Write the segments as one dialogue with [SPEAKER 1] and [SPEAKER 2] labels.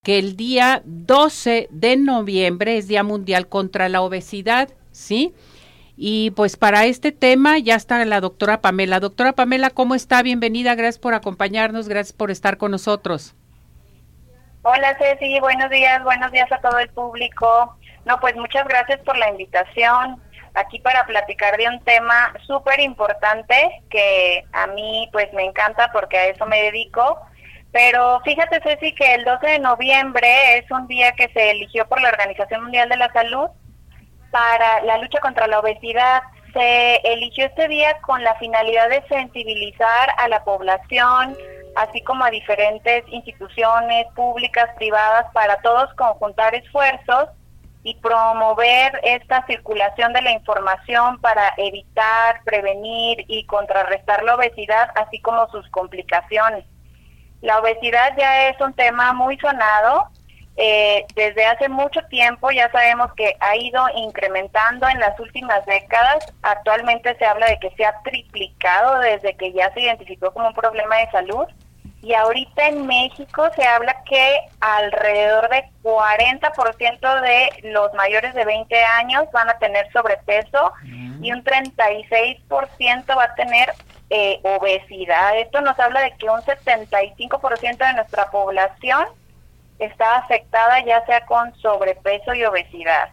[SPEAKER 1] que el día 12 de noviembre es Día Mundial contra la Obesidad, ¿sí? Y pues para este tema ya está la doctora Pamela. Doctora Pamela, ¿cómo está? Bienvenida, gracias por acompañarnos, gracias por estar con nosotros.
[SPEAKER 2] Hola Ceci, buenos días a todo el público. No, pues muchas gracias por la invitación aquí para platicar de un tema súper importante que a mí pues me encanta porque a eso me dedico. Pero fíjate Ceci que el 12 de noviembre es un día que se eligió por la Organización Mundial de la Salud para la lucha contra la obesidad. Se eligió este día con la finalidad de sensibilizar a la población, así como a diferentes instituciones públicas, privadas, para todos conjuntar esfuerzos y promover esta circulación de la información para evitar, prevenir y contrarrestar la obesidad, así como sus complicaciones. La obesidad ya es un tema muy sonado. Desde hace mucho tiempo ya sabemos que ha ido incrementando en las últimas décadas. Actualmente se habla de que se ha triplicado desde que ya se identificó como un problema de salud. Y ahorita en México se habla que alrededor de 40% de los mayores de 20 años van a tener sobrepeso y un 36% va a tener obesidad. Esto nos habla de que un 75% de nuestra población está afectada ya sea con sobrepeso y obesidad.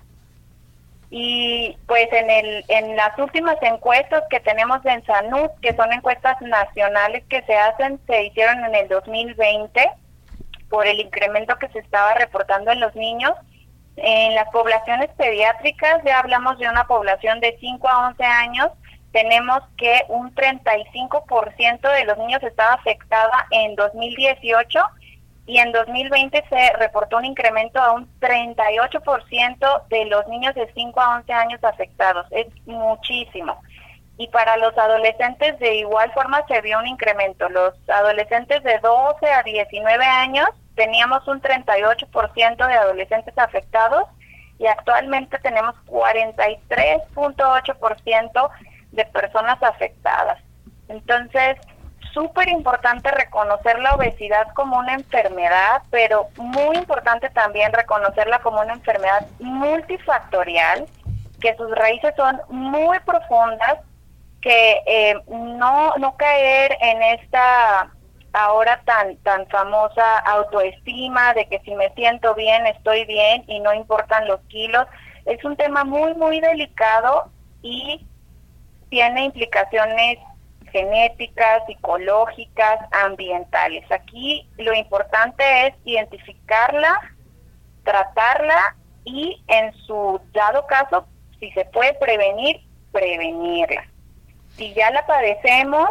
[SPEAKER 2] Y pues en las últimas encuestas que tenemos en SANUD, que son encuestas nacionales que se hicieron en el 2020 por el incremento que se estaba reportando en los niños. En las poblaciones pediátricas, ya hablamos de una población de 5 a 11 años, tenemos que un 35% de los niños estaba afectada en 2018 y en 2020 se reportó un incremento a un 38% de los niños de 5 a 11 años afectados. Es muchísimo. Y para los adolescentes de igual forma se vio un incremento. Los adolescentes de 12 a 19 años teníamos un 38% de adolescentes afectados y actualmente tenemos 43.8% de personas afectadas. Entonces, súper importante reconocer la obesidad como una enfermedad, pero muy importante también reconocerla como una enfermedad multifactorial, que sus raíces son muy profundas, que no caer en esta ahora tan famosa autoestima de que si me siento bien, estoy bien y no importan los kilos. Es un tema muy, muy delicado y tiene implicaciones genéticas, psicológicas, ambientales. Aquí lo importante es identificarla, tratarla y en su dado caso, si se puede prevenir, prevenirla. Si ya la padecemos,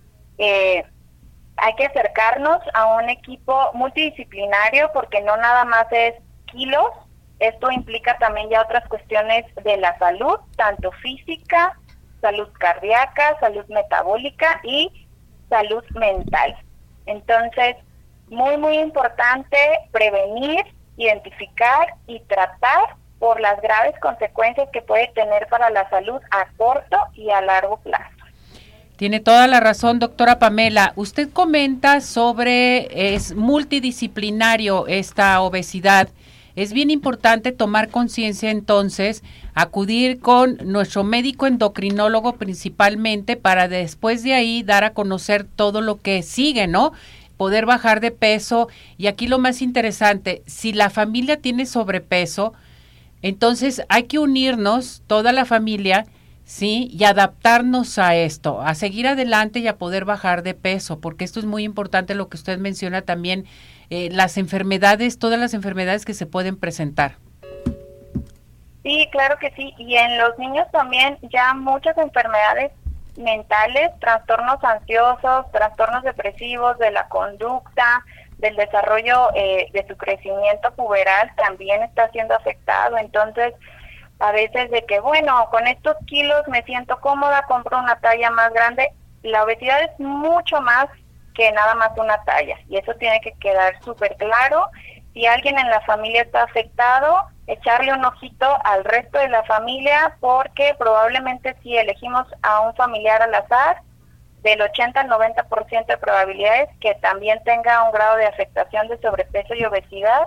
[SPEAKER 2] hay que acercarnos a un equipo multidisciplinario porque no nada más es kilos, esto implica también ya otras cuestiones de la salud, tanto física, salud cardíaca, salud metabólica y salud mental. Entonces, muy, muy importante prevenir, identificar y tratar por las graves consecuencias que puede tener para la salud a corto y a largo plazo.
[SPEAKER 1] Tiene toda la razón, doctora Pamela. Usted comenta sobre es multidisciplinario esta obesidad. Es bien importante tomar conciencia entonces, acudir con nuestro médico endocrinólogo principalmente para después de ahí dar a conocer todo lo que sigue, ¿no? Poder bajar de peso y aquí lo más interesante, si la familia tiene sobrepeso, entonces hay que unirnos toda la familia, ¿sí? Y adaptarnos a esto, a seguir adelante y a poder bajar de peso, porque esto es muy importante lo que usted menciona también, las enfermedades, todas las enfermedades que se pueden presentar.
[SPEAKER 2] Sí, claro que sí, y en los niños también ya muchas enfermedades mentales, trastornos ansiosos, trastornos depresivos de la conducta, del desarrollo de su crecimiento puberal también está siendo afectado. Entonces, a veces de que, bueno, con estos kilos me siento cómoda, compro una talla más grande. La obesidad es mucho más que nada más una talla y eso tiene que quedar súper claro. Si alguien en la familia está afectado, echarle un ojito al resto de la familia porque probablemente si elegimos a un familiar al azar, del 80 al 90% de probabilidades que también tenga un grado de afectación de sobrepeso y obesidad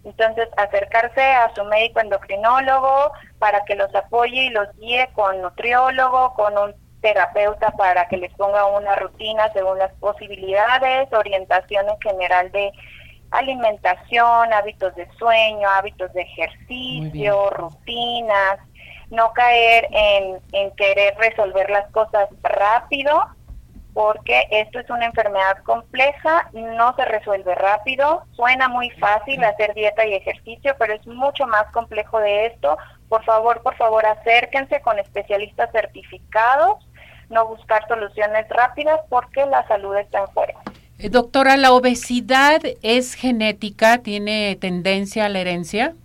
[SPEAKER 2] Entonces, acercarse a su médico endocrinólogo para que los apoye y los guíe con nutriólogo, con un terapeuta para que les ponga una rutina según las posibilidades, orientación en general de alimentación, hábitos de sueño, hábitos de ejercicio, rutinas, no caer en querer resolver las cosas rápido, porque esto es una enfermedad compleja, no se resuelve rápido, suena muy fácil hacer dieta y ejercicio, pero es mucho más complejo de esto. Por favor, acérquense con especialistas certificados, no buscar soluciones rápidas porque la salud está en juego.
[SPEAKER 1] Doctora, ¿la obesidad es genética? ¿Tiene tendencia a la herencia?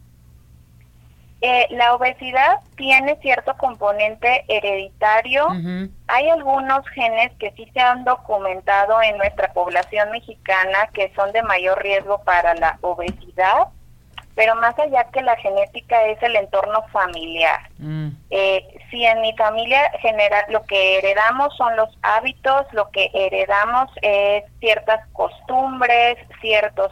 [SPEAKER 2] La obesidad tiene cierto componente hereditario. Hay algunos genes que sí se han documentado en nuestra población mexicana que son de mayor riesgo para la obesidad, pero más allá que la genética es el entorno familiar. Si en mi familia general lo que heredamos son los hábitos, lo que heredamos es ciertas costumbres, ciertos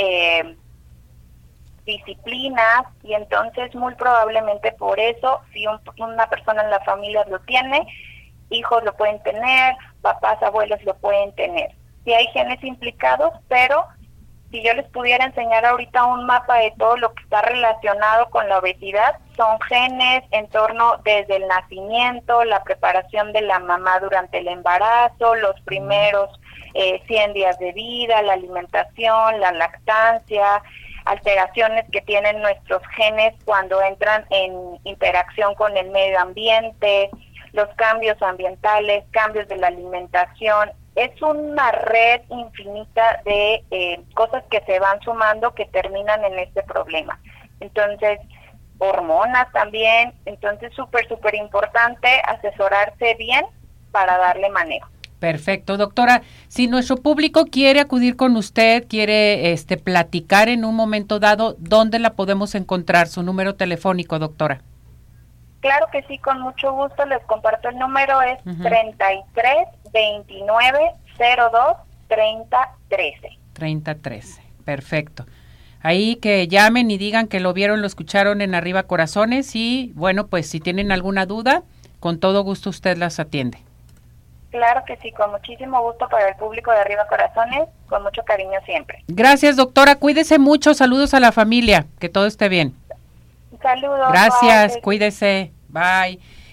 [SPEAKER 2] disciplinas, y entonces muy probablemente por eso, si una persona en la familia lo tiene, hijos lo pueden tener, papás, abuelos lo pueden tener. Sí hay genes implicados, pero si yo les pudiera enseñar ahorita un mapa de todo lo que está relacionado con la obesidad, son genes en torno desde el nacimiento, la preparación de la mamá durante el embarazo, los primeros 100 días de vida, la alimentación, la lactancia, alteraciones que tienen nuestros genes cuando entran en interacción con el medio ambiente, los cambios ambientales, cambios de la alimentación. Es una red infinita de cosas que se van sumando que terminan en este problema. Entonces, hormonas también. Entonces, súper importante asesorarse bien para darle manejo.
[SPEAKER 1] Perfecto, doctora. Si nuestro público quiere acudir con usted, quiere platicar en un momento dado, ¿dónde la podemos encontrar? Su número telefónico, doctora.
[SPEAKER 2] Claro que sí, con mucho gusto les comparto el número, es 33 29 02 30 13.
[SPEAKER 1] 30 13, perfecto. Ahí que llamen y digan que lo vieron, lo escucharon en Arriba Corazones y bueno, pues si tienen alguna duda, con todo gusto usted las atiende.
[SPEAKER 2] Claro que sí, con muchísimo gusto para el público de Arriba Corazones, con mucho cariño siempre.
[SPEAKER 1] Gracias, doctora, cuídese mucho, saludos a la familia, que todo esté bien.
[SPEAKER 2] Saludos.
[SPEAKER 1] Gracias, bye. Cuídese, bye.